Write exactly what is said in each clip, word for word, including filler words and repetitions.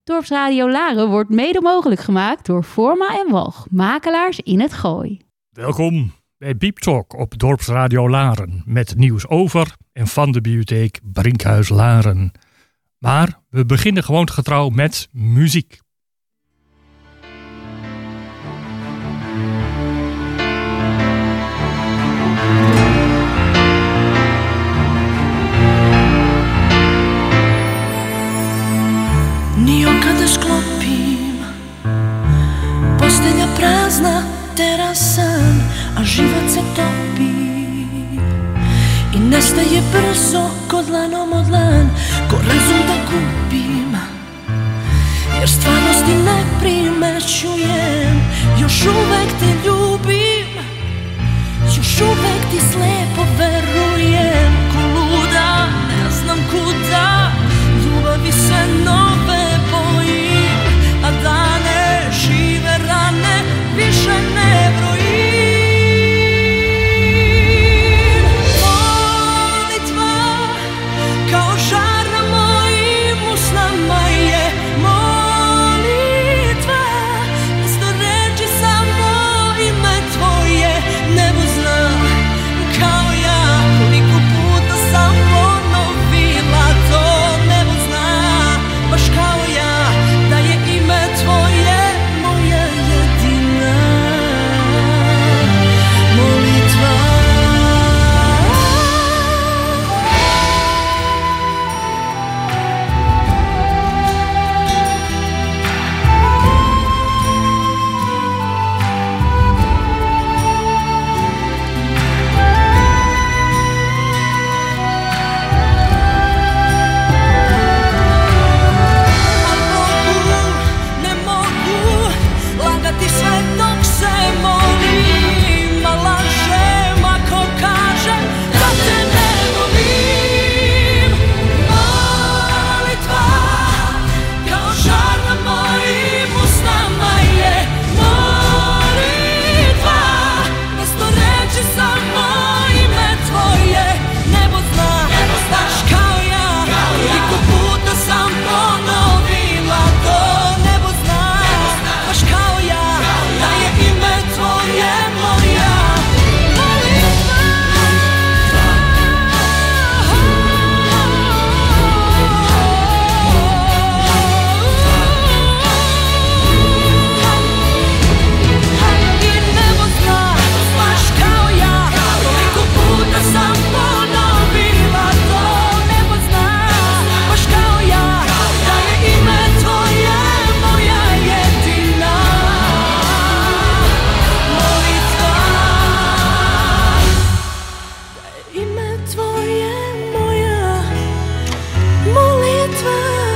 Dorpsradio Laren wordt mede mogelijk gemaakt door Forma en Walch, makelaars in het Gooi. Welkom bij Beep Talk op Dorpsradio Laren met nieuws over en van de bibliotheek Brinkhuis Laren. Maar we beginnen gewoon getrouw met muziek. Ni kada sklopim, postelja prazna, terasan, a život se topi i nestaje brzo ko dlanom od dlan, ko razum da kupim, jer stvarnosti ne primećujem. Još uvek te ljubim, još uvek ti slepo verujem, ko luda ne znam kuda, ljubavi se nove bojim, a dane žive rane više ne brojim. Molitva kao žar na mojim usnama je molitva, mesto reči samo ime tvoje. Nebo zna kao ja koliko puta sam ponovila to. Nebo zna baš kao ja da je ime tvoje moja jedina molitva. Al Bogu ne mogu lagati sve dok se molim, a lažem ako kažem da te ne volim. Molitva kao žar na mojim usnama je molitva, mesto reči samo ime tvoje. Nebo zna baš kao ja koliko puta sam ponovila to. Nebo zna baš kao ja da je ime tvoje moja molitva. I nebo zna baš kao ja koliko puta sam ponovila to. Nebo zna baš kao ja da je ime tvoje moja jedina molitva. Da je ime tvoje moja molitva.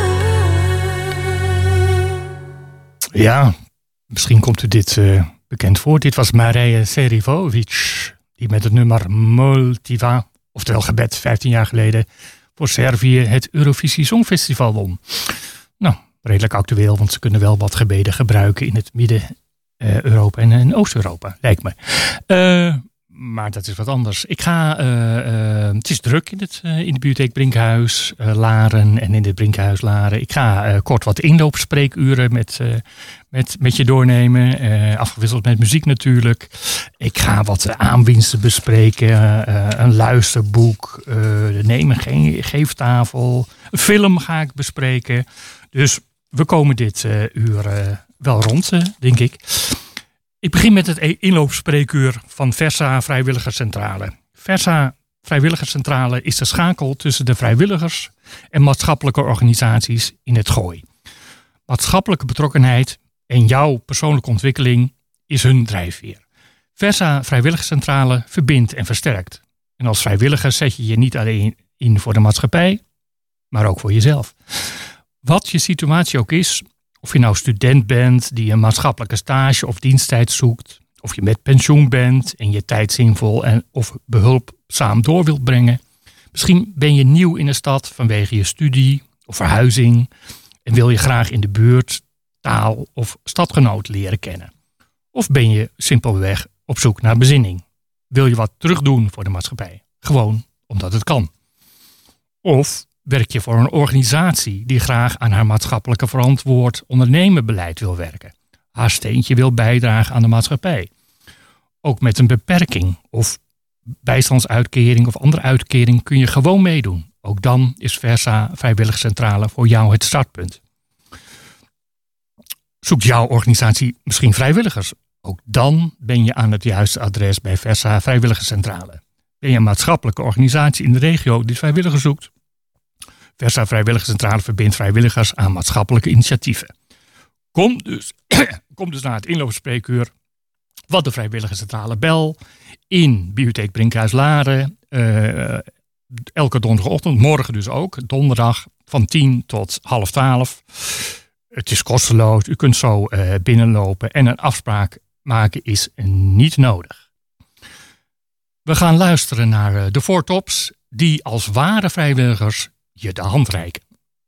Ja, misschien komt u dit uh, bekend voor. Dit was Marija Serivovic, die met het nummer Molitva, oftewel gebed, vijftien jaar geleden voor Servië het Eurovisie Songfestival won. Nou, redelijk actueel, want ze kunnen wel wat gebeden gebruiken in het Midden-Europa en in Oost-Europa, lijkt me. Uh, maar dat is wat anders. Ik ga, uh, uh, het is druk in, het, uh, in de bibliotheek Brinkhuis uh, Laren en in het Brinkhuis Laren. Ik ga uh, kort wat inloopspreekuren met, uh, met, met je doornemen. Uh, afgewisseld met muziek natuurlijk. Ik ga wat uh, aanwinsten bespreken. Uh, een luisterboek. Uh, de neem- en ge- geeftafel. Een film ga ik bespreken. Dus we komen dit uh, uur uh, wel rond, uh, denk ik. Ik begin met het inloopspreekuur van Versa Vrijwilligerscentrale. Versa Vrijwilligerscentrale is de schakel tussen de vrijwilligers en maatschappelijke organisaties in het Gooi. Maatschappelijke betrokkenheid en jouw persoonlijke ontwikkeling is hun drijfveer. Versa Vrijwilligerscentrale verbindt en versterkt. En als vrijwilliger zet je je niet alleen in voor de maatschappij, maar ook voor jezelf. Wat je situatie ook is, of je nou student bent die een maatschappelijke stage of diensttijd zoekt, of je met pensioen bent en je tijd zinvol en of behulpzaam door wilt brengen. Misschien ben je nieuw in de stad vanwege je studie of verhuizing en wil je graag in de buurt, taal of stadgenoot leren kennen. Of ben je simpelweg op zoek naar bezinning. Wil je wat terugdoen voor de maatschappij? Gewoon omdat het kan. Of Werk je voor een organisatie die graag aan haar maatschappelijke verantwoord ondernemenbeleid wil werken. Haar steentje wil bijdragen aan de maatschappij. Ook met een beperking of bijstandsuitkering of andere uitkering kun je gewoon meedoen. Ook dan is Versa Vrijwilligerscentrale voor jou het startpunt. Zoekt jouw organisatie misschien vrijwilligers? Ook dan ben je aan het juiste adres bij Versa Vrijwilligerscentrale. Ben je een maatschappelijke organisatie in de regio die vrijwilligers zoekt? Versa Vrijwilligerscentrale verbindt vrijwilligers aan maatschappelijke initiatieven. Kom dus, kom dus naar het inloopspreekuur van de Vrijwilligerscentrale Bel in Bibliotheek Brinkhuis Laren. Uh, elke donderdagochtend, morgen dus ook, donderdag van tien tot half twaalf. Het is kosteloos, u kunt zo uh, binnenlopen en een afspraak maken is niet nodig. We gaan luisteren naar uh, de Four Tops die als ware vrijwilligers je de hand reiken.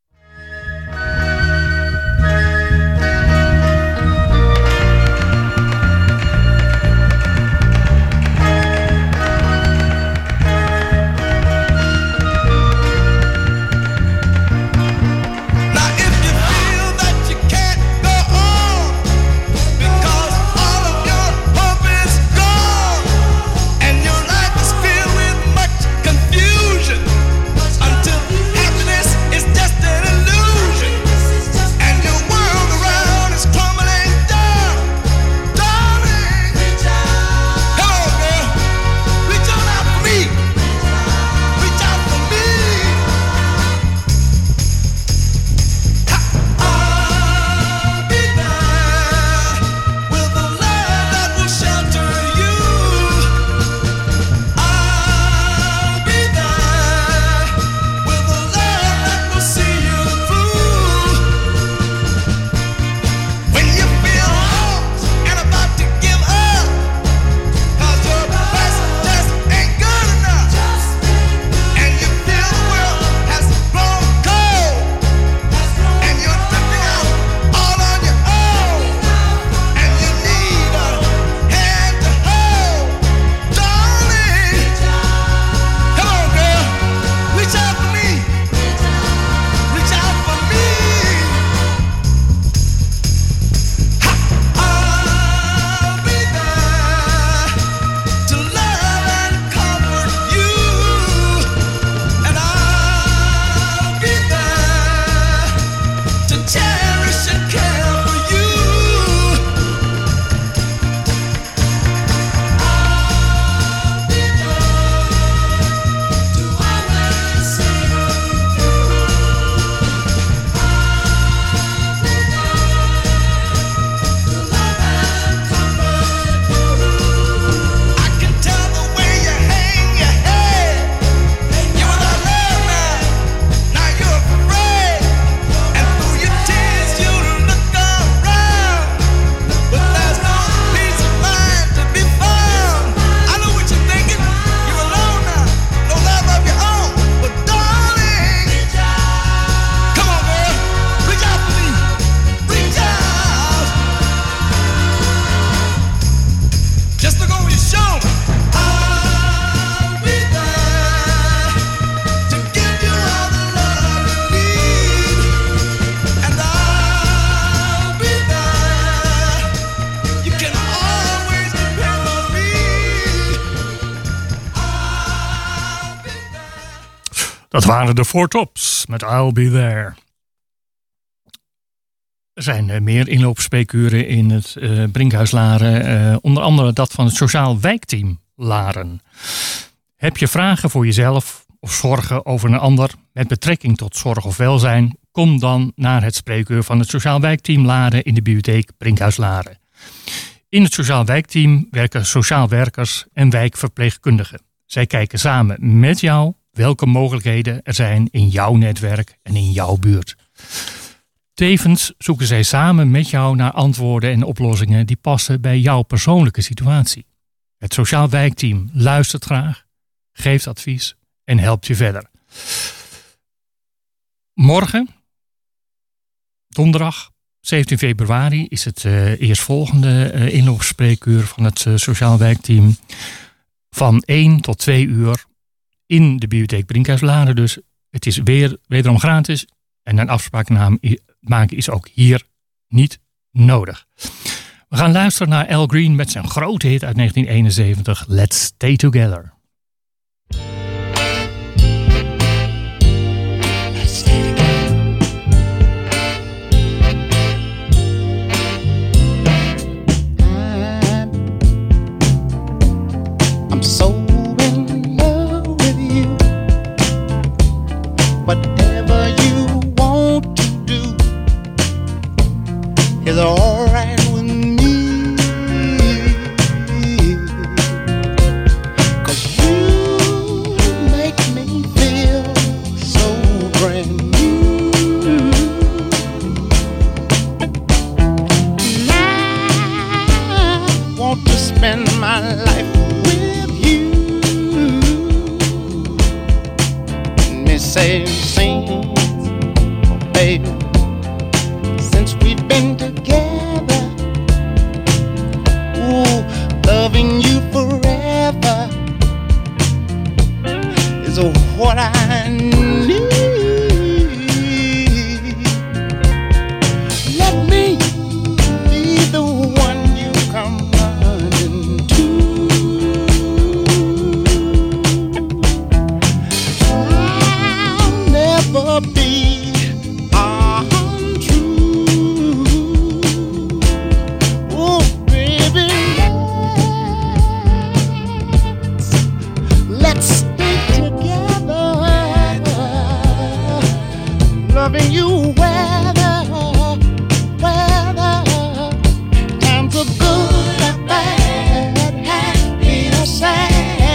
Dat waren de Four Tops met I'll Be There. Er zijn uh, meer inloopspreekuren in het uh, Brinkhuis Laren. Uh, onder andere dat van het Sociaal Wijkteam Laren. Heb je vragen voor jezelf of zorgen over een ander met betrekking tot zorg of welzijn? Kom dan naar het spreekuur van het Sociaal Wijkteam Laren in de bibliotheek Brinkhuis Laren. In het Sociaal Wijkteam werken sociaal werkers en wijkverpleegkundigen. Zij kijken samen met jou welke mogelijkheden er zijn in jouw netwerk en in jouw buurt. Tevens zoeken zij samen met jou naar antwoorden en oplossingen die passen bij jouw persoonlijke situatie. Het Sociaal Wijkteam luistert graag, geeft advies en helpt je verder. Morgen, donderdag zeventien februari, is het uh, eerstvolgende uh, inloopspreekuur van het uh, Sociaal Wijkteam. Van één tot twee uur in de bibliotheek Brinkhuis Laren dus Het is weer, wederom gratis. En een afspraaknaam maken is ook hier niet nodig. We gaan luisteren naar Al Green met zijn grote hit uit negentien eenenzeventig. Let's Stay Together. I'm so in love with you. Whatever you want to do is alright with me. 'Cause you make me feel so brand new. And I want to spend my life say sing, baby, since we've been together. Ooh, loving you forever is what I need. Let me be the one you come running to. Be untrue. Oh, baby, let's stay together. Loving you weather, weather. Times are good or bad, happy or sad.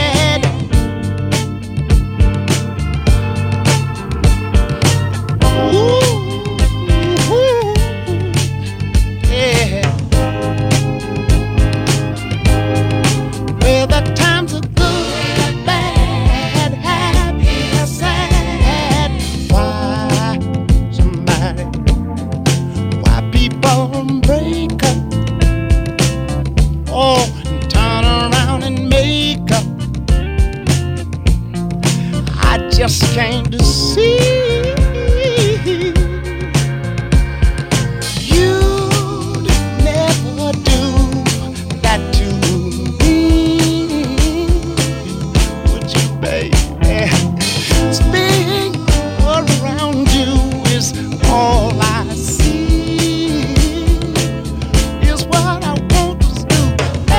Just came to see you'd never do that to me, would you, baby? Being around you is all I see, is what I want to do.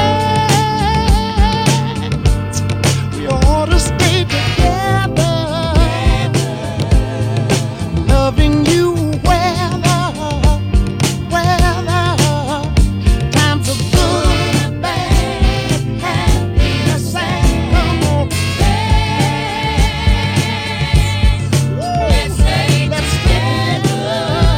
And we ought to stay together. Loving you weather, weather. Times are good and bad, happy or sad. Come on, let's stay together.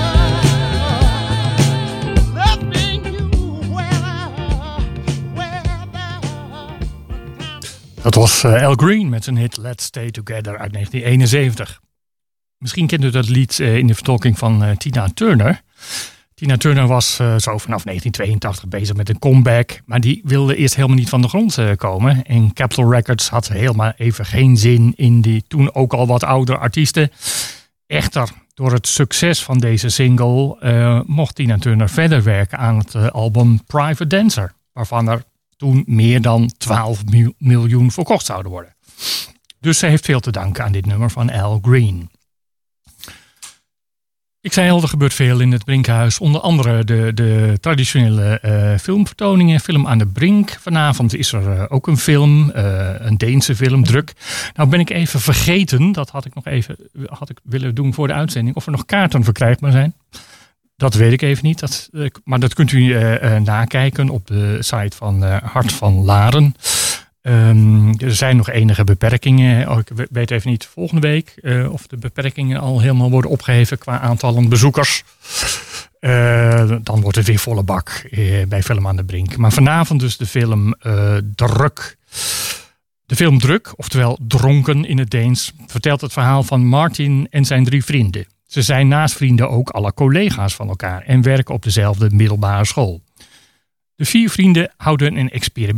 Loving you weather, weather. Dat was uh, Al Green met zijn hit Let's Stay Together uit negentien eenenzeventig. Misschien kent u dat lied uh, in de vertolking van uh, Tina Turner. Tina Turner was uh, zo vanaf negentien tweeëntachtig bezig met een comeback. Maar die wilde eerst helemaal niet van de grond uh, komen. En Capitol Records had helemaal even geen zin in die toen ook al wat oudere artiesten. Echter, door het succes van deze single uh, mocht Tina Turner verder werken aan het uh, album Private Dancer. Waarvan er toen meer dan twaalf miljoen verkocht zouden worden. Dus ze heeft veel te danken aan dit nummer van Al Green. Ik zei al, er gebeurt veel in het Brinkhuis. Onder andere de, de traditionele uh, filmvertoningen. Film aan de Brink. Vanavond is er uh, ook een film. Uh, een Deense film, Druk. Nou ben ik even vergeten. Dat had ik nog even had ik willen doen voor de uitzending. Of er nog kaarten verkrijgbaar zijn. Dat weet ik even niet. Dat, uh, maar dat kunt u uh, uh, nakijken op de site van uh, Hart van Laren. Um, er zijn nog enige beperkingen. Oh, ik weet even niet volgende week uh, of de beperkingen al helemaal worden opgeheven qua aantallen bezoekers. Uh, dan wordt het weer volle bak uh, bij Film aan de Brink. Maar vanavond dus de film uh, Druk. De film Druk, oftewel Dronken in het Deens, vertelt het verhaal van Martin en zijn drie vrienden. Ze zijn naast vrienden ook alle collega's van elkaar en werken op dezelfde middelbare school. De vier vrienden houden een experiment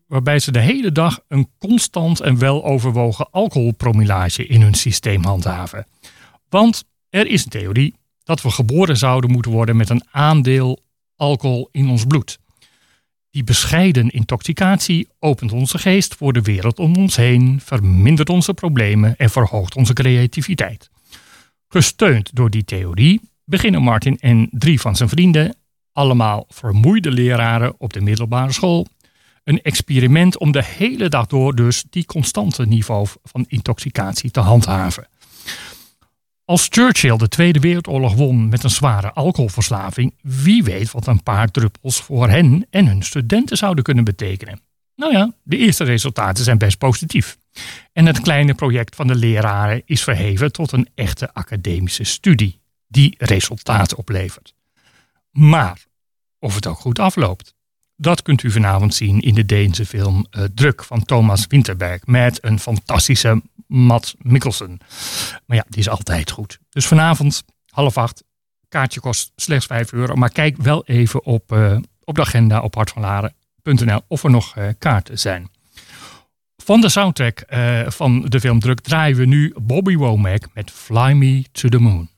waarbij ze de hele dag een constant en weloverwogen alcoholpromillage in hun systeem handhaven. Want er is een theorie dat we geboren zouden moeten worden met een aandeel alcohol in ons bloed. Die bescheiden intoxicatie opent onze geest voor de wereld om ons heen, vermindert onze problemen en verhoogt onze creativiteit. Gesteund door die theorie beginnen Martin en drie van zijn vrienden, allemaal vermoeide leraren op de middelbare school, een experiment om de hele dag door dus die constante niveau van intoxicatie te handhaven. Als Churchill de Tweede Wereldoorlog won met een zware alcoholverslaving, wie weet wat een paar druppels voor hen en hun studenten zouden kunnen betekenen. Nou ja, de eerste resultaten zijn best positief. En het kleine project van de leraren is verheven tot een echte academische studie die resultaten oplevert. Maar of het ook goed afloopt, dat kunt u vanavond zien in de Deense film uh, Druk van Thomas Winterberg met een fantastische Mads Mikkelsen. Maar ja, die is altijd goed. Dus vanavond half acht, kaartje kost slechts vijf euro. Maar kijk wel even op, uh, op de agenda op hartvanlaren punt n l of er nog uh, kaarten zijn. Van de soundtrack uh, van de film Druk draaien we nu Bobby Womack met Fly Me to the Moon.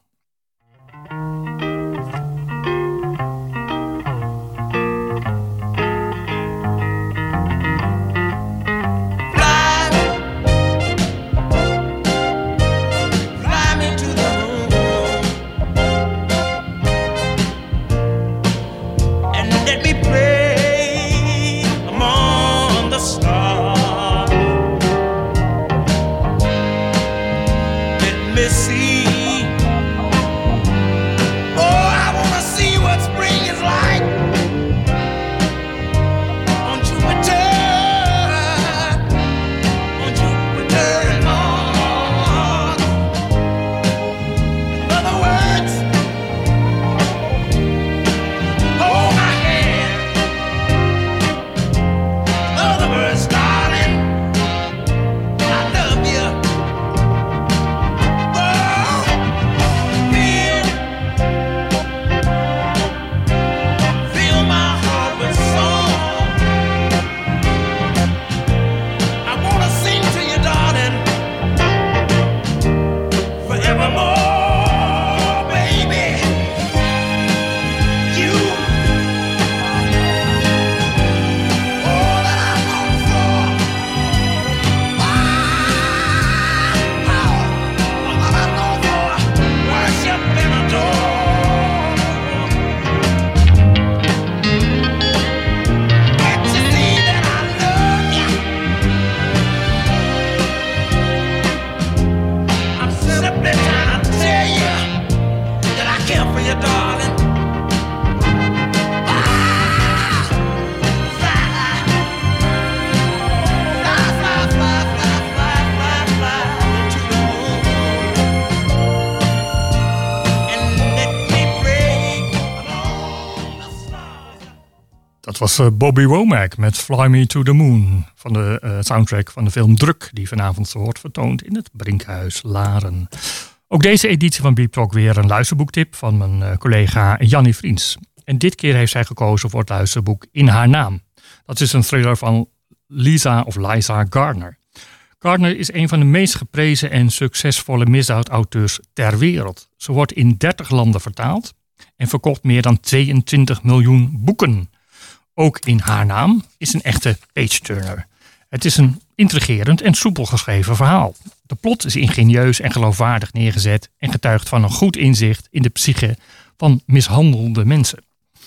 Dat was Bobby Womack met Fly Me to the Moon van de uh, soundtrack van de film Druk, die vanavond wordt vertoond in het Brinkhuis Laren. Ook deze editie van Beep Talk weer een luisterboektip van mijn uh, collega Jannie Vriends. En dit keer heeft zij gekozen voor het luisterboek In Haar Naam. Dat is een thriller van Lisa of Liza Gardner. Gardner is een van de meest geprezen en succesvolle misdaadauteurs ter wereld. Ze wordt in dertig landen vertaald en verkocht meer dan tweeëntwintig miljoen boeken. Ook In Haar Naam is een echte page-turner. Het is een intrigerend en soepel geschreven verhaal. De plot is ingenieus en geloofwaardig neergezet en getuigt van een goed inzicht in de psyche van mishandelde mensen.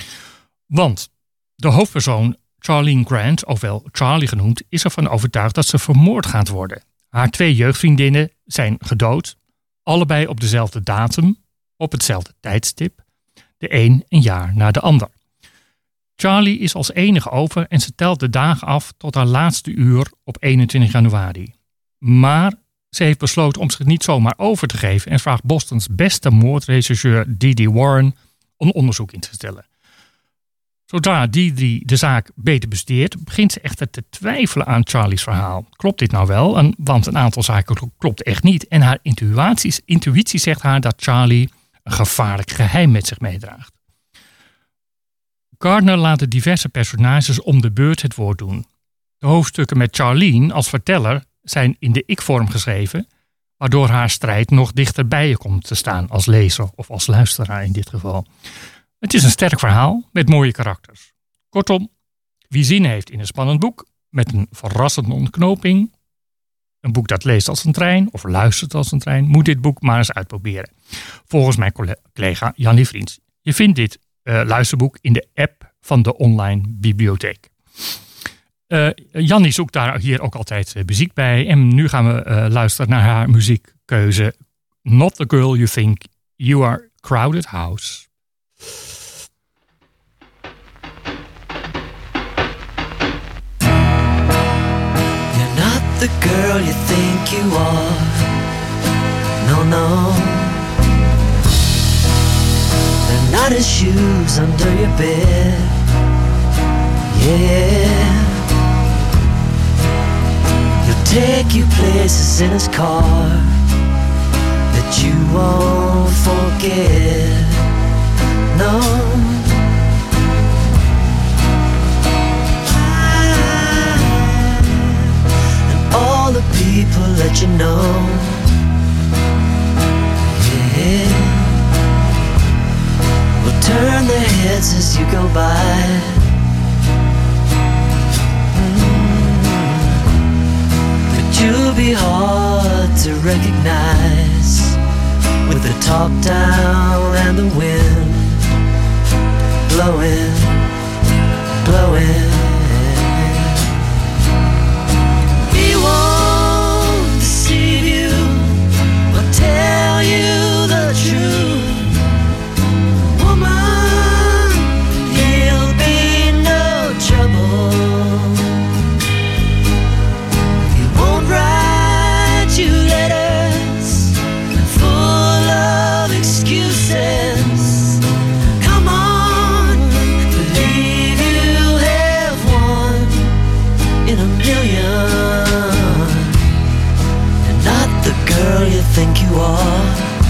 Want de hoofdpersoon Charlene Grant, ofwel Charlie genoemd, is ervan overtuigd dat ze vermoord gaat worden. Haar twee jeugdvriendinnen zijn gedood, allebei op dezelfde datum, op hetzelfde tijdstip, de een een jaar na de ander. Charlie is als enige over en ze telt de dagen af tot haar laatste uur op eenentwintig januari. Maar ze heeft besloten om zich niet zomaar over te geven en vraagt Bostons beste moordrechercheur Dee Dee Warren om onderzoek in te stellen. Zodra Dee Dee de zaak beter bestudeert, begint ze echter te twijfelen aan Charlie's verhaal. Klopt dit nou wel? En, want een aantal zaken klopt echt niet. En haar intuïtie, intuïtie zegt haar dat Charlie een gevaarlijk geheim met zich meedraagt. Gardner laat de diverse personages om de beurt het woord doen. De hoofdstukken met Charlene als verteller zijn in de ik-vorm geschreven, waardoor haar strijd nog dichter bij je komt te staan als lezer of als luisteraar in dit geval. Het is een sterk verhaal met mooie karakters. Kortom, wie zin heeft in een spannend boek met een verrassende ontknoping, een boek dat leest als een trein of luistert als een trein, moet dit boek maar eens uitproberen. Volgens mijn collega Jannie Vriends. Je vindt dit uh, luisterboek in de app van de online bibliotheek. Uh, Jannie zoekt daar hier ook altijd uh, muziek bij. En nu gaan we uh, luisteren naar haar muziekkeuze. Not the Girl You Think You Are, Crowded House. You're not the girl you think you are. No, no. They're not his shoes under your bed. Yeah. Take you places in his car that you won't forget. No. And all the people that you know, yeah, will turn their heads as you go by. You'll be hard to recognize with the top down and the wind blowing, blowing. He won't deceive you or tell you the truth, woman. He'll be no trouble. Think you are,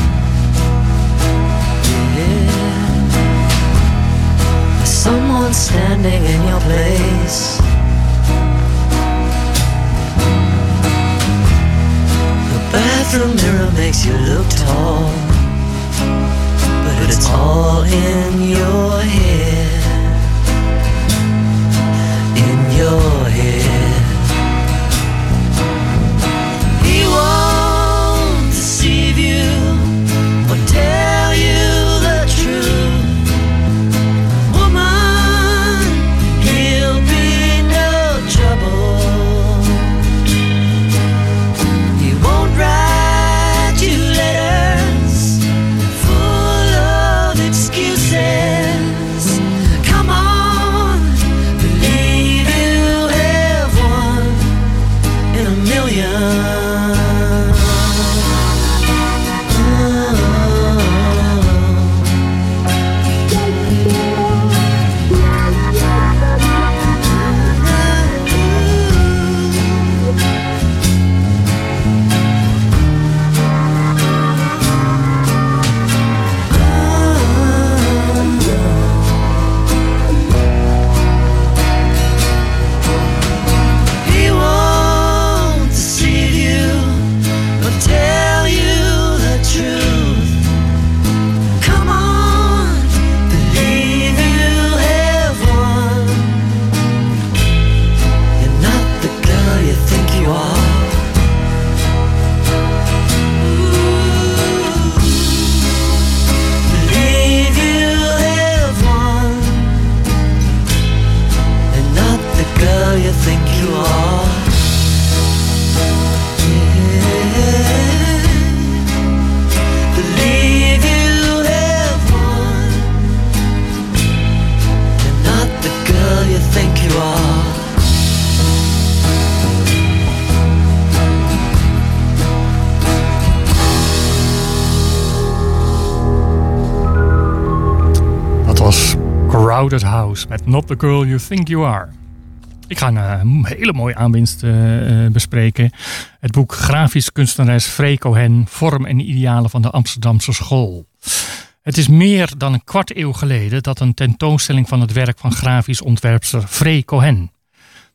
yeah. There's someone standing in your place. The bathroom mirror makes you look tall, but it's all in your head, in your head. He won't tell you the truth, woman. He'll be no trouble. He won't write you letters full of excuses. Come on, believe you have one in a million. Crowded House met Not the Girl You Think You Are. Ik ga een hele mooie aanwinst uh, bespreken. Het boek Grafisch kunstenares Free Cohen, Vorm en Idealen van de Amsterdamse School. Het is meer dan een kwart eeuw geleden dat een tentoonstelling van het werk van grafisch ontwerpster Free Cohen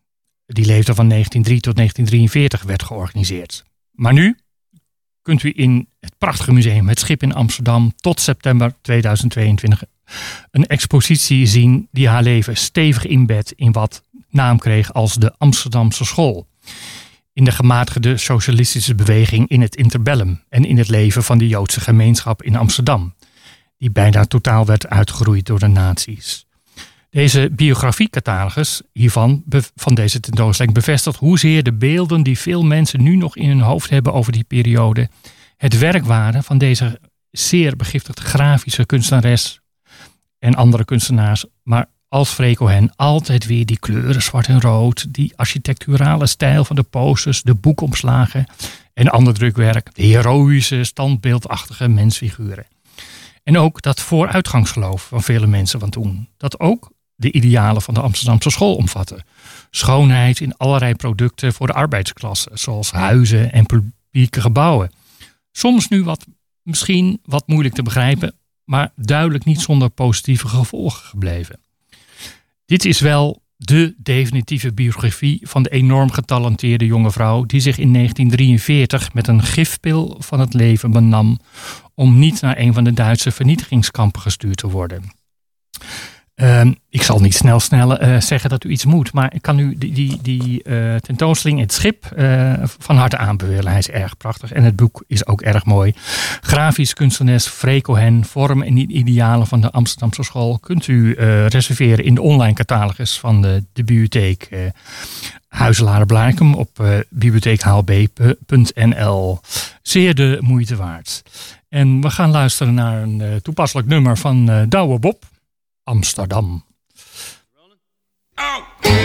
die leefde van negentien drie tot negentien drieënveertig, werd georganiseerd. Maar nu kunt u in het prachtige museum Het Schip in Amsterdam tot september tweeduizend tweeëntwintig een expositie zien die haar leven stevig inbedt in wat naam kreeg als de Amsterdamse School. In de gematigde socialistische beweging in het interbellum en in het leven van de Joodse gemeenschap in Amsterdam, die bijna totaal werd uitgeroeid door de nazi's. Deze biografiecatalogus hiervan, van deze tentoonstelling, bevestigt hoezeer de beelden die veel mensen nu nog in hun hoofd hebben over die periode het werk waren van deze zeer begiftigde grafische kunstenares en andere kunstenaars, maar als Free Cohen altijd weer die kleuren zwart en rood, die architecturale stijl van de posters, de boekomslagen en ander drukwerk, de heroïsche, standbeeldachtige mensfiguren. En ook dat vooruitgangsgeloof van vele mensen van toen, dat ook de idealen van de Amsterdamse School omvatten. Schoonheid in allerlei producten voor de arbeidsklasse, zoals huizen en publieke gebouwen. Soms nu wat, misschien wat moeilijk te begrijpen, maar duidelijk niet zonder positieve gevolgen gebleven. Dit is wel de definitieve biografie van de enorm getalenteerde jonge vrouw die zich in negentien drieënveertig met een gifpil van het leven benam om niet naar een van de Duitse vernietigingskampen gestuurd te worden. Uh, ik zal niet snel snel uh, zeggen dat u iets moet, maar ik kan u die, die, die uh, tentoonstelling Het Schip uh, van harte aanbevelen. Hij is erg prachtig en het boek is ook erg mooi. Grafisch kunstenares Free Cohen, vorm en idealen van de Amsterdamse School kunt u uh, reserveren in de online catalogus van de, de bibliotheek uh, Huizelaren Blarikum op uh, bibliotheek h l b punt n l. Zeer de moeite waard. En we gaan luisteren naar een uh, toepasselijk nummer van uh, Douwe Bob. Amsterdam. Oh.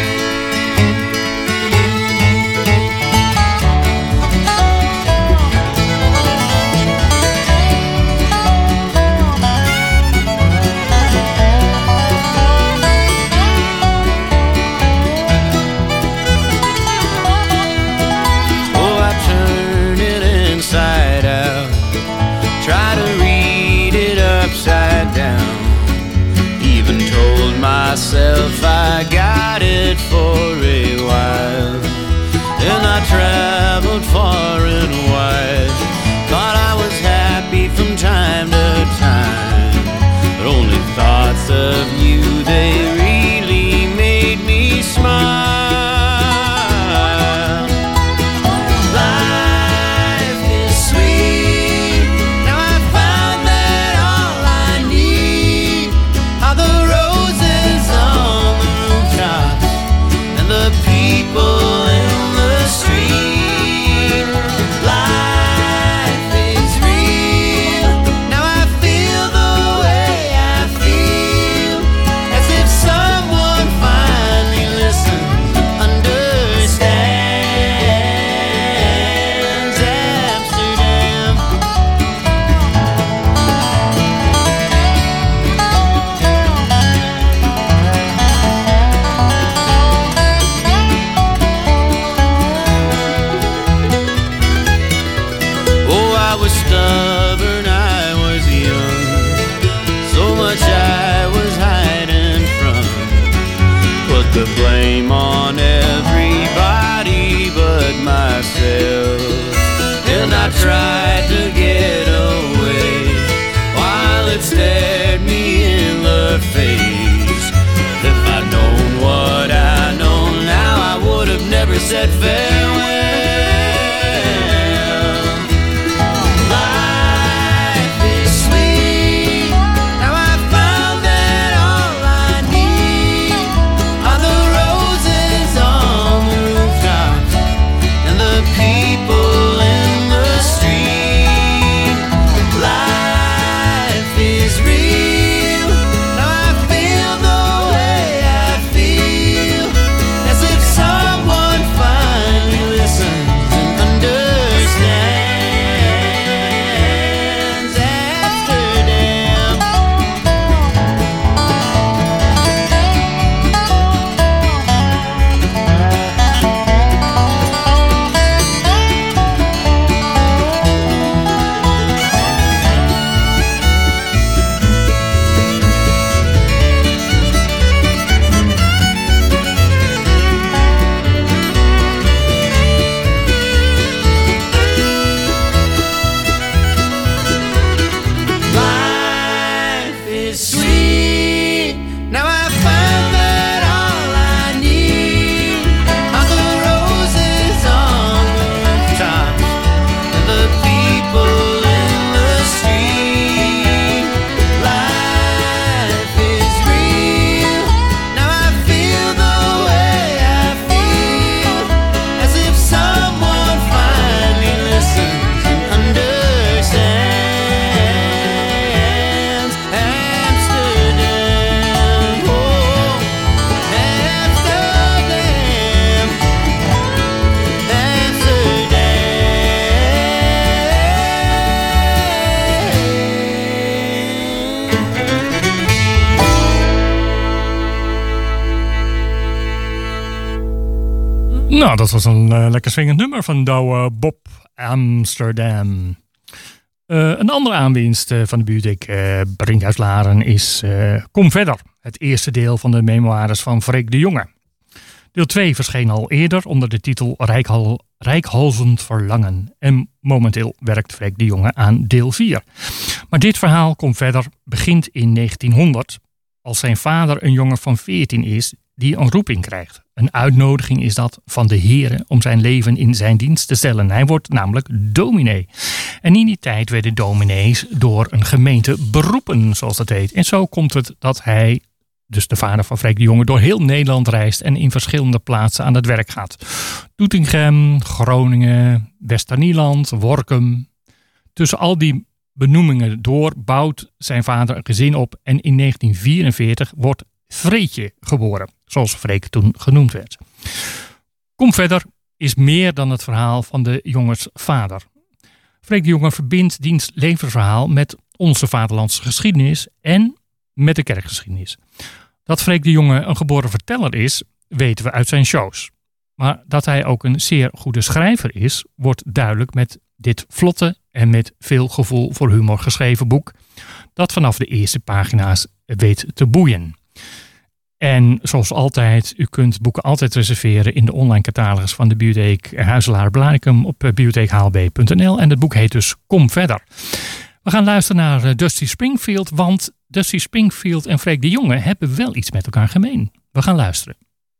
Myself, I got it for a while. Then I traveled far and wide. Thought I was happy from time to time, but only thoughts of you, they really made me smile. Life is sweet. Now I found that all I need are the people in the street. Nou, dat was een uh, lekker swingend nummer van Douwe Bob Amsterdam. Uh, een andere aanwinst uh, van de bibliotheek uh, Brinkhuis Laren is uh, Kom Verder. Het eerste deel van de memoires van Freek de Jonge. Deel twee verscheen al eerder onder de titel Rijkhal, Rijkhalzend Verlangen. En momenteel werkt Freek de Jonge aan deel vier. Maar dit verhaal, Kom Verder, begint in negentienhonderd. Als zijn vader een jongen van veertien is die een roeping krijgt. Een uitnodiging is dat van de Heere om zijn leven in zijn dienst te stellen. Hij wordt namelijk dominee. En in die tijd werden dominees door een gemeente beroepen, zoals dat heet. En zo komt het dat hij, dus de vader van Freek de Jonge, door heel Nederland reist en in verschillende plaatsen aan het werk gaat. Doetinchem, Groningen, Westernieland, Workum. Tussen al die benoemingen door bouwt zijn vader een gezin op en in negentien vierenveertig wordt Freetje geboren, zoals Freek toen genoemd werd. Kom Verder is meer dan het verhaal van de jongens vader. Freek de Jonge verbindt diens levensverhaal met onze vaderlandse geschiedenis en met de kerkgeschiedenis. Dat Freek de Jonge een geboren verteller is, weten we uit zijn shows. Maar dat hij ook een zeer goede schrijver is, wordt duidelijk met dit vlotte en met veel gevoel voor humor geschreven boek, dat vanaf de eerste pagina's weet te boeien. En zoals altijd, u kunt boeken altijd reserveren in de online catalogus van de bibliotheek Huizelaar Blaricum op bibliotheek h l b punt n l. En het boek heet dus Kom Verder. We gaan luisteren naar Dusty Springfield, want Dusty Springfield en Freek de Jonge hebben wel iets met elkaar gemeen. We gaan luisteren.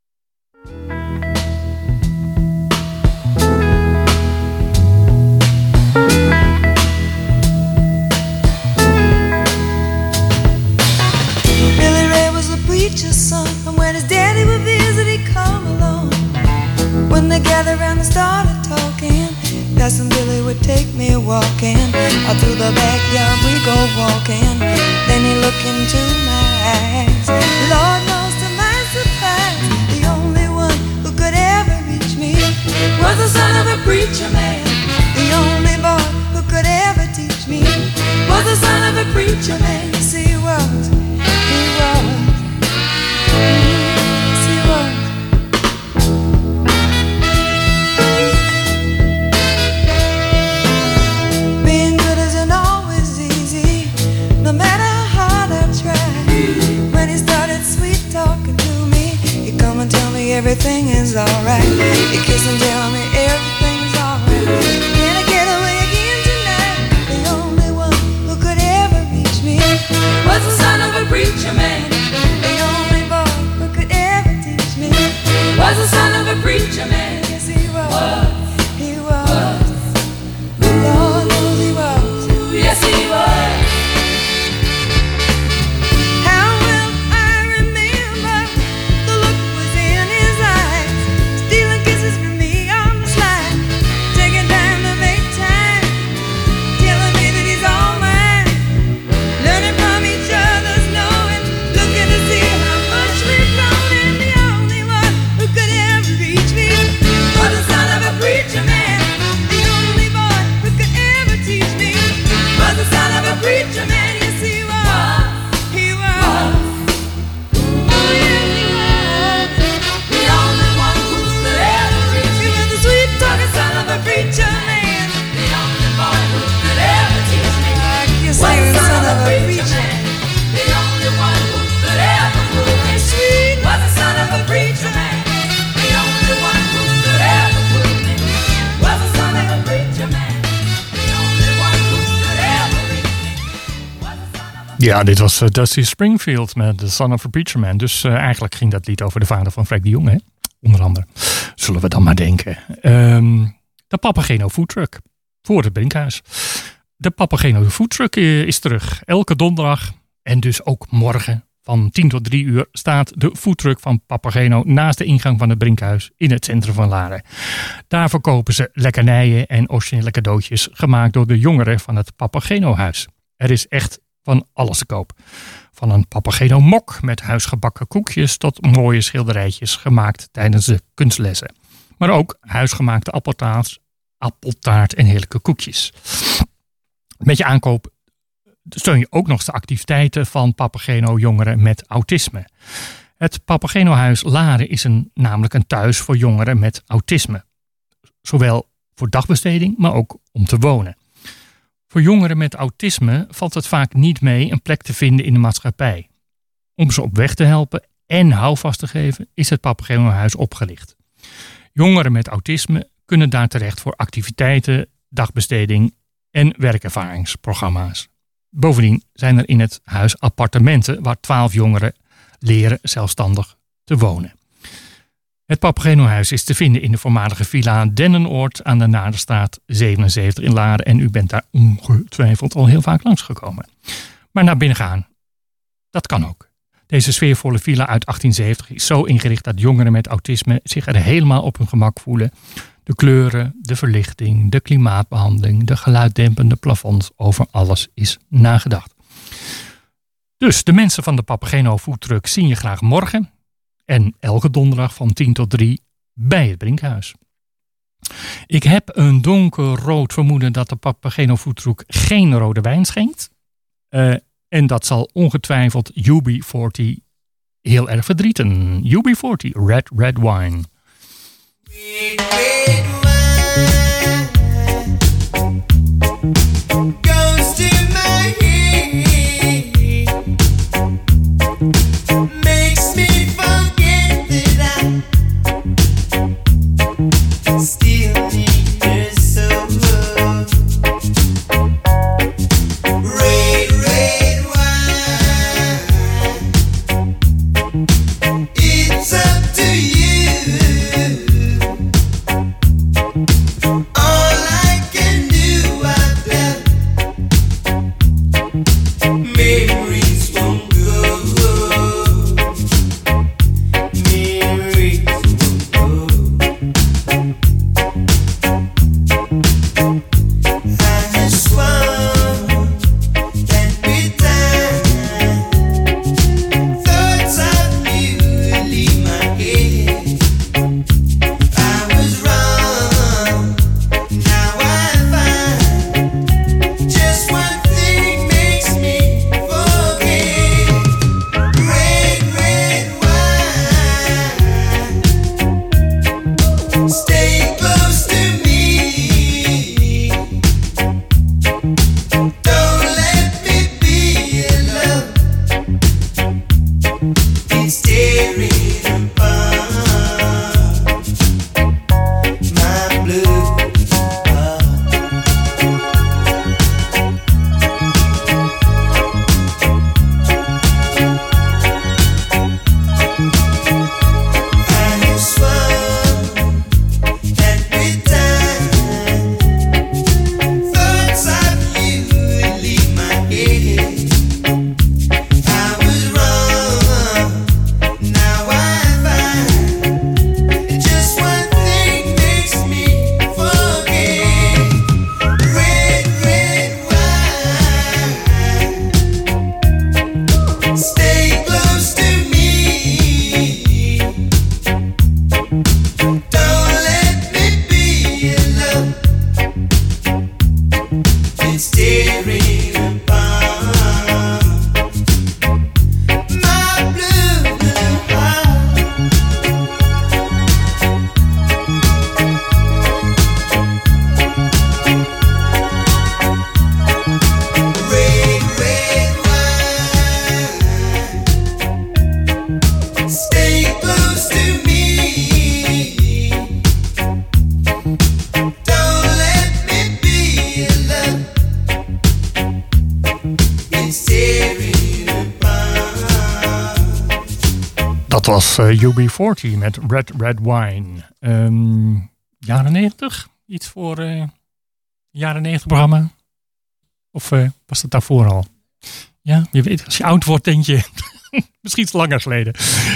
Preacher's son, and when his daddy would visit, he'd come along. When they gathered around and started talking, Cousin Billy would take me walking. Out through the backyard we go walking. Then he looked into my eyes. Lord knows to my surprise, the only one who could ever reach me was the son of a preacher man. The only boy who could ever teach me was the son of a preacher man. Yes, he was, he was. Yes, he was. Being good isn't always easy, no matter how hard I try. When he started sweet talking to me, he'd come and tell me everything is alright. He'd kiss and tell me everything's alright. Can I get away again tonight? The only one who could ever reach me was the son of a preacher man. Was the son of a preacher man. Yes, he was. was. He was. was. Lord knows he was. Yes, he was. How well I remember the look was in his eyes, stealing kisses from me on the slide, taking time to make time, telling me that he's all mine, learning from each other's knowing, looking to see how much we've grown, and the only one who could ever reach me was the son of a preacher man. The only boy who could ever teach me was the son of a preacher man. Yes, he was. He was. Oh, yes, he was. The only one who could ever reach me was the sweet talking son of a preacher man. The only boy who could ever teach me was the son of a preacher man. The only one who could ever fool me sweet was the son of a preacher man. The only one who could ever fool me was the son of a preacher man. The only one who could ever reach me was the son of a... Ja, dit was uh, Dusty Springfield met The Son of a Preacher Man. Dus uh, eigenlijk ging dat lied over de vader van Freek de Jonge, hè? Onder andere. Zullen we dan maar denken. Um, de Papageno Foodtruck. Voor het Brinkhuis. De Papageno Foodtruck is terug. Elke donderdag en dus ook morgen van tien tot drie uur staat de foodtruck van Papageno naast de ingang van het Brinkhuis in het centrum van Laren. Daar verkopen ze lekkernijen en originele cadeautjes gemaakt door de jongeren van het Papageno-huis. Er is echt van alles te koop. Van een Papageno mok met huisgebakken koekjes tot mooie schilderijtjes gemaakt tijdens de kunstlessen. Maar ook huisgemaakte appeltaart, appeltaart en heerlijke koekjes. Met je aankoop steun je ook nog de activiteiten van Papageno jongeren met autisme. Het Papageno-huis Laren is een, namelijk een thuis voor jongeren met autisme. Zowel voor dagbesteding, maar ook om te wonen. Voor jongeren met autisme valt het vaak niet mee een plek te vinden in de maatschappij. Om ze op weg te helpen en houvast te geven is het Papageno-huis opgericht. Jongeren met autisme kunnen daar terecht voor activiteiten, dagbesteding en werkervaringsprogramma's. Bovendien zijn er in het huis appartementen waar twaalf jongeren leren zelfstandig te wonen. Het Papageno-huis is te vinden in de voormalige villa Dennenoord aan de Naderstraat zevenenzeventig in Laren. En u bent daar ongetwijfeld al heel vaak langsgekomen. Maar naar binnen gaan, dat kan ook. Deze sfeervolle villa uit achttien zeventig is zo ingericht dat jongeren met autisme zich er helemaal op hun gemak voelen. De kleuren, de verlichting, de klimaatbehandeling, de geluiddempende plafonds, over alles is nagedacht. Dus de mensen van de Papageno Foodtruck zien je graag morgen en elke donderdag van tien tot drie bij het Brinkhuis. Ik heb een donkerrood vermoeden dat de Papageno Foodtruck geen rode wijn schenkt. Uh, en dat zal ongetwijfeld U B veertig heel erg verdrieten. U B veertig, Red Red Wine. Red, red wine goes to my head, makes me forget that I still need her so. Red, red wine, it's up to you. Dat was uh, U B veertig met Red Red Wine. Um, jaren negentig? Iets voor uh, jaren negentig programma? Of uh, was het daarvoor al? Ja, je weet, als je oud wordt denk je, misschien iets langer geleden.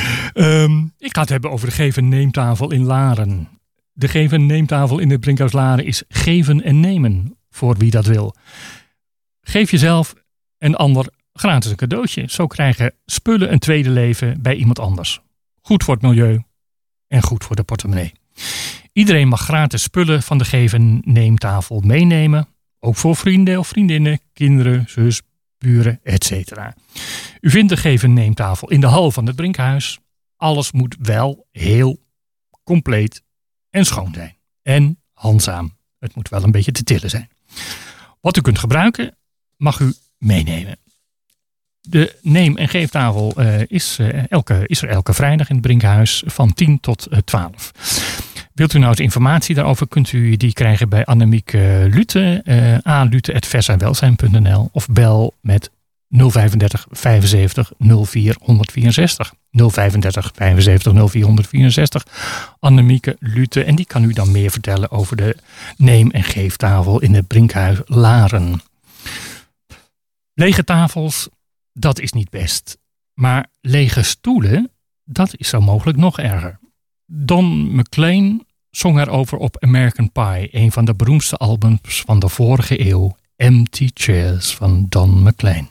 Um, ik ga het hebben over de Geef en Neemtafel in Laren. De Geef en Neemtafel in het Brinkhuis Laren is geven en nemen voor wie dat wil. Geef jezelf en ander gratis een cadeautje. Zo krijgen spullen een tweede leven bij iemand anders. Goed voor het milieu en goed voor de portemonnee. Iedereen mag gratis spullen van de Geef en Neemtafel meenemen. Ook voor vrienden of vriendinnen, kinderen, zus, buren, et cetera. U vindt de Geef en Neemtafel in de hal van het Brinkhuis. alles moet wel heel compleet en schoon zijn. En handzaam. Het moet wel een beetje te tillen zijn. Wat u kunt gebruiken, mag u meenemen. De neem- en geeftafel uh, is, uh, elke, is er elke vrijdag in het Brinkhuis van tien tot twaalf. Wilt u nou eens informatie daarover, kunt u die krijgen bij Annemieke Lute, uh, a lute apenstaartje versawelzijn punt n l of bel met nul vijfendertig vijfenzeventig nul vier honderdvierenzestig. nul vijfendertig vijfenzeventig nul vier honderdvierenzestig. Annemieke Lute. En die kan u dan meer vertellen over de neem- en geeftafel in het Brinkhuis Laren. Lege tafels, dat is niet best. Maar lege stoelen, dat is zo mogelijk nog erger. Don McLean zong erover op American Pie, een van de beroemdste albums van de vorige eeuw. Empty Chairs van Don McLean.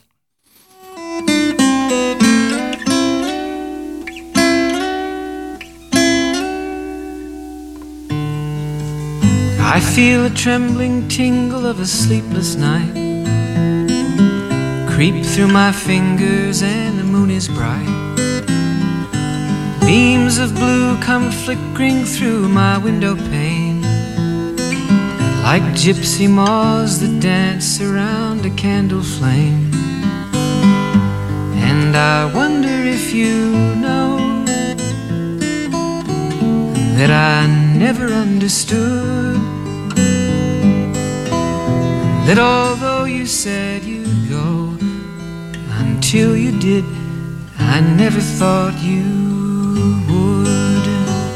I feel a trembling tingle of a sleepless night creep through my fingers and the moon is bright. Beams of blue come flickering through my window pane like gypsy moths that dance around a candle flame. And I wonder if you know that I never understood that although you said you'd go, until you did, I never thought you would.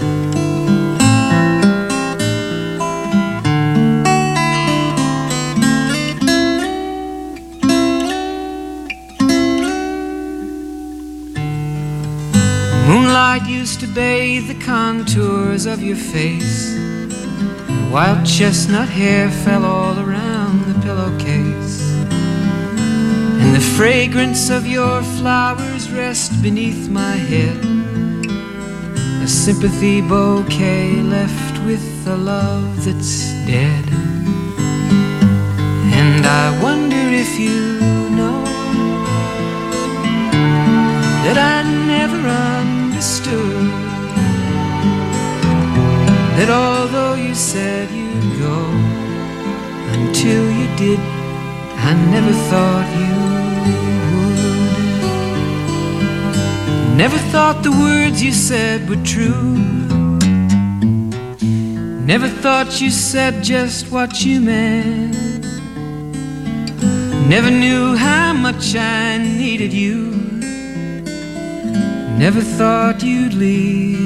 Moonlight used to bathe the contours of your face. Wild chestnut hair fell all around the pillowcase, and the fragrance of your flowers rests beneath my head, a sympathy bouquet left with a love that's dead. And I wonder if you know that I never understood that although you said you'd go, until you did, I never thought you would. Never thought the words you said were true. Never thought you said just what you meant. Never knew how much I needed you. Never thought you'd leave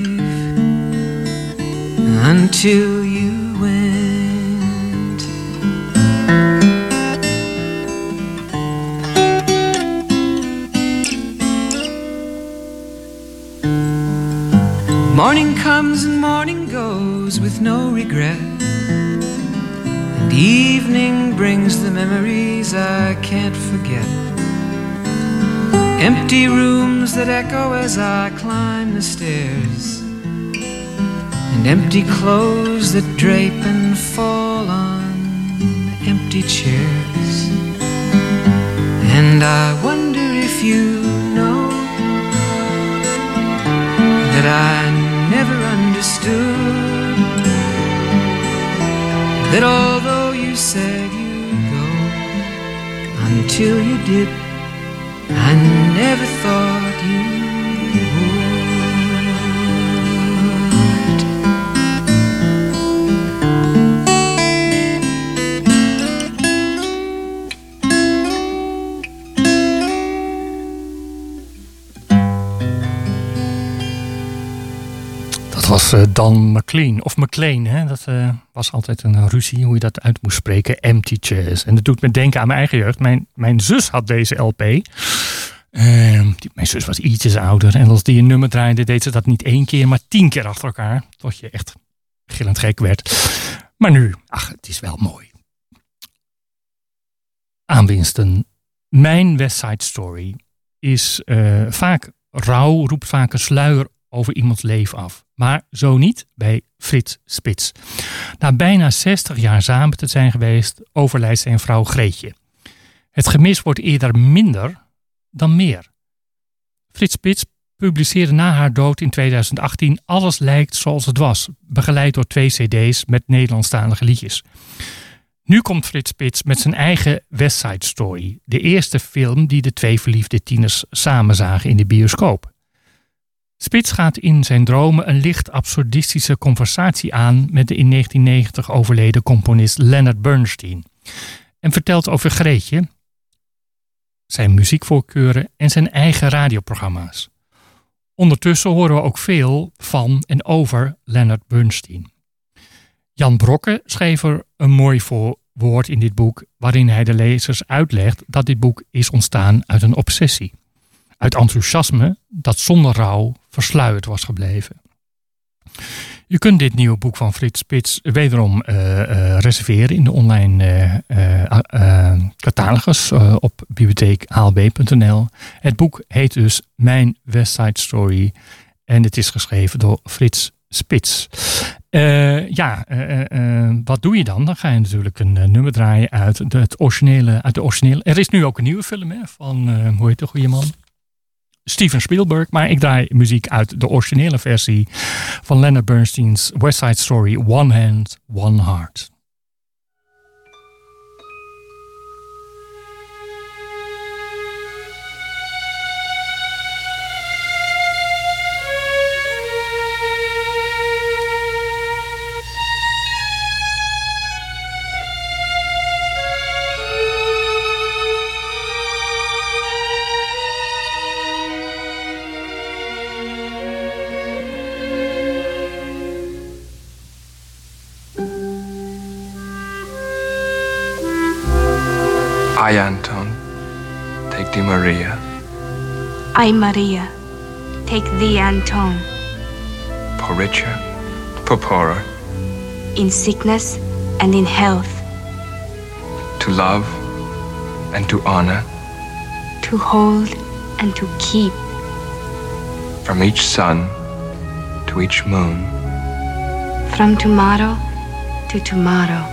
until you went. Morning comes and morning goes with no regret, and evening brings the memories I can't forget. Empty rooms that echo as I climb the stairs, and empty clothes that drape and fall on empty chairs. And I wonder if you know that I never understood that although you said you'd go, until you did, I never thought you would. was uh, Don McLean, of McLean, hè? Dat uh, was altijd een ruzie hoe je dat uit moest spreken. Empty Chairs. En dat doet me denken aan mijn eigen jeugd. Mijn, mijn zus had deze L P. Uh, die, mijn zus was ietsjes ouder. En als die een nummer draaide, deed ze dat niet één keer, maar tien keer achter elkaar. Tot je echt gillend gek werd. Maar nu, ach, het is wel mooi. Aanwinsten. Mijn West Side Story is uh, vaak rouw, roept vaak een sluier over iemands leven af. Maar zo niet bij Frits Spits. Na bijna zestig jaar samen te zijn geweest, overlijdt zijn vrouw Greetje. Het gemis wordt eerder minder dan meer. Frits Spits publiceerde na haar dood in tweeduizend achttien Alles lijkt zoals het was, begeleid door twee cd's met Nederlandstalige liedjes. Nu komt Frits Spits met zijn eigen West Side Story, de eerste film die de twee verliefde tieners samen zagen in de bioscoop. Spits gaat in zijn dromen een licht absurdistische conversatie aan met de in negentien negentig overleden componist Leonard Bernstein en vertelt over Greetje, zijn muziekvoorkeuren en zijn eigen radioprogramma's. Ondertussen horen we ook veel van en over Leonard Bernstein. Jan Brokke schreef er een mooi voorwoord in dit boek, waarin hij de lezers uitlegt dat dit boek is ontstaan uit een obsessie. Uit enthousiasme dat zonder rouw versluierd was gebleven. Je kunt dit nieuwe boek van Frits Spits wederom uh, uh, reserveren in de online uh, uh, uh, catalogus uh, op bibliotheek a l b punt n l. Het boek heet dus Mijn West Side Story en het is geschreven door Frits Spits. Uh, ja, uh, uh, wat doe je dan? Dan ga je natuurlijk een uh, nummer draaien uit de, het originele, uit de originele. Er is nu ook een nieuwe film hè, van, uh, hoe heet de goede man? Steven Spielberg, maar ik draai muziek uit de originele versie van Leonard Bernstein's West Side Story, One Hand, One Heart. I, Anton, take thee, Maria. I, Maria, take thee, Anton. For richer, for poorer. In sickness and in health. To love and to honor. To hold and to keep. From each sun to each moon. From tomorrow to tomorrow.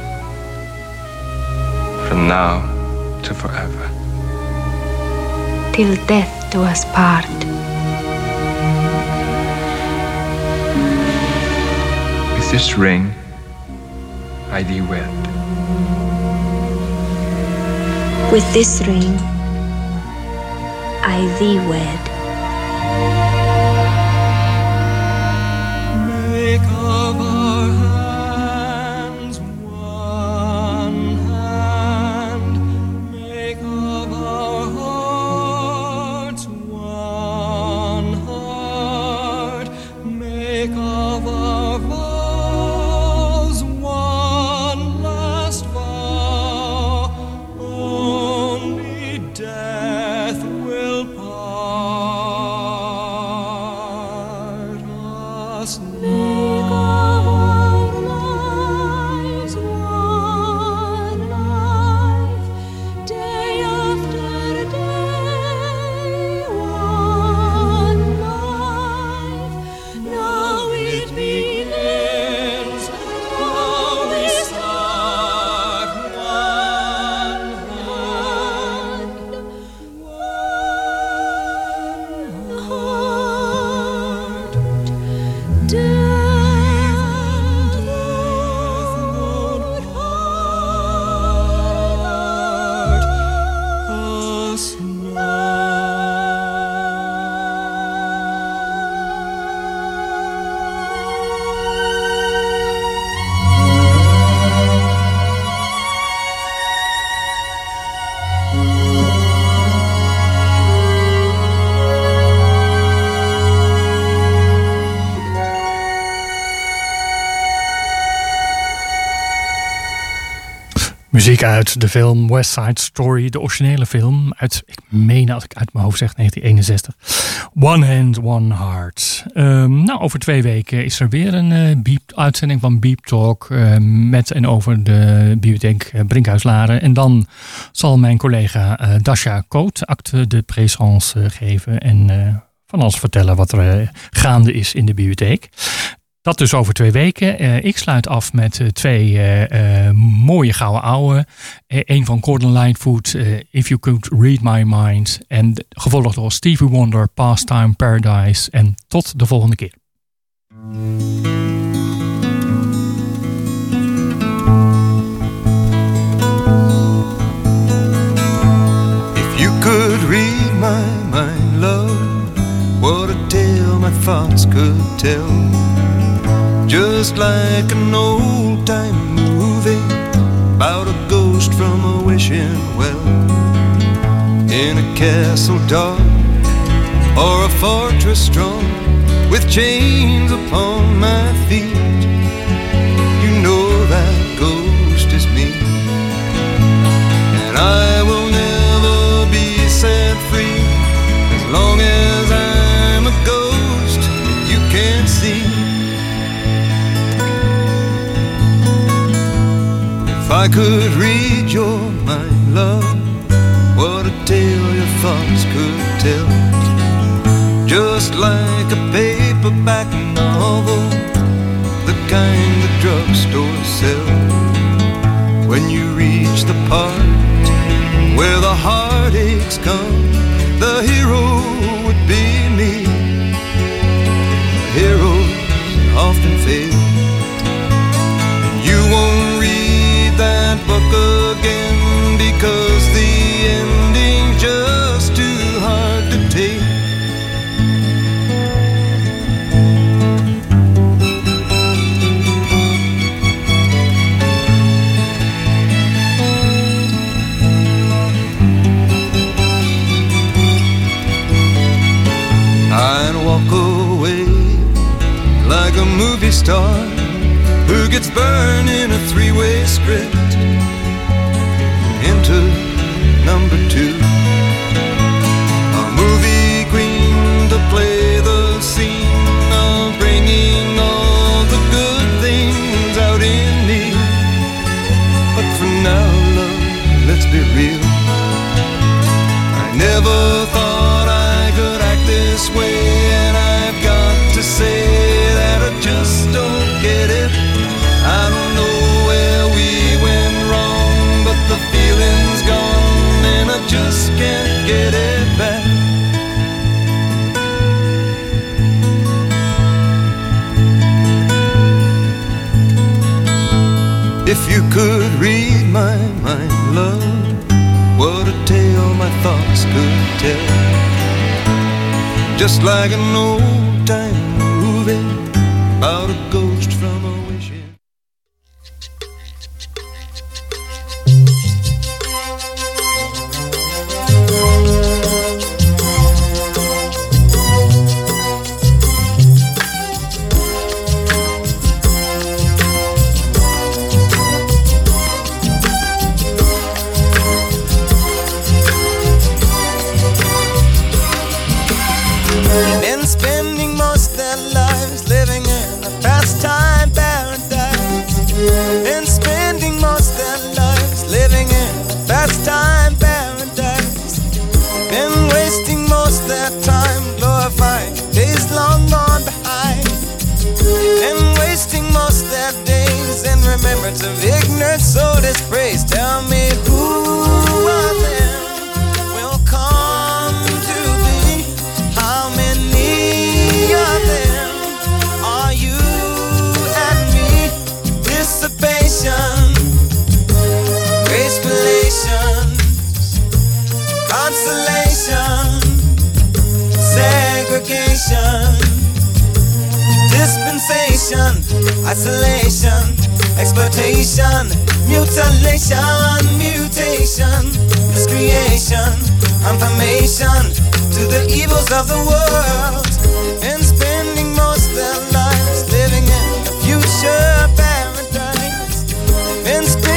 From now to forever. Till death do us part. With this ring I thee wed. With this ring I thee wed. Make of our hands one hand. Make of our hearts one heart. Make of our vows one last vow. Only death will part us now. Make of our lives one life, day after day, one life. Now it begins, now we start one hand, one heart. Death won't part us Muziek uit de film West Side Story, de originele film uit, ik meen als ik uit mijn hoofd zeg, negentien eenenzestig. One Hand, One Heart. Um, nou, over twee weken is er weer een uh, beep, uitzending van Beep Talk uh, met en over de bibliotheek uh, Brinkhuis-Laren. En dan zal mijn collega uh, Dasha Koot acte de présence uh, geven en uh, van alles vertellen wat er uh, gaande is in de bibliotheek. Dat dus over twee weken. Uh, ik sluit af met uh, twee uh, uh, mooie gouden ouwe. Eén uh, van Gordon Lightfoot, uh, If You Could Read My Mind. En gevolgd door Stevie Wonder, Pastime Paradise. En tot de volgende keer. If you could read my mind, love, what a tale my thoughts could tell. Just like an old-time movie about a ghost from a wishing well, in a castle dark or a fortress strong, with chains upon my feet. You know that ghost is me, and I will never be set free as long as I'm a ghost you can't see. If I could read your mind, love, what a tale your thoughts could tell. Just like a paperback novel, the kind the drugstore sells. When you reach the part where the heartaches come, the hero would be me. Heroes often fail, and you won't read that book again because the ending's just too hard to take. I'd walk away like a movie star who gets burned in a three-way script into number two. A movie queen to play the scene of bringing all the good things out in me. But for now, love, let's be real, I never thought I could act this way, and I've got to say that I just don't get it. I don't know where we went wrong, but the feeling's gone and I just can't get it back. If you could read my mind, love, what a tale my thoughts could tell. Just like an old-time movie about a ghost from a wishing. Been spending most their lives living in a pastime paradise. Been spending most their lives living in a pastime paradise. Been wasting most their time glorifying days long gone behind. Been wasting most their days in remembrance of ignorance, so dispraise. Tell me who of them will come to be? How many of them are you and me? Dissipation, grace relations, consolation, segregation, dispensation, isolation, exploitation, mutilation, mutation, miscreation, confirmation to the evils of the world, and spending most their lives living in a future paradise, and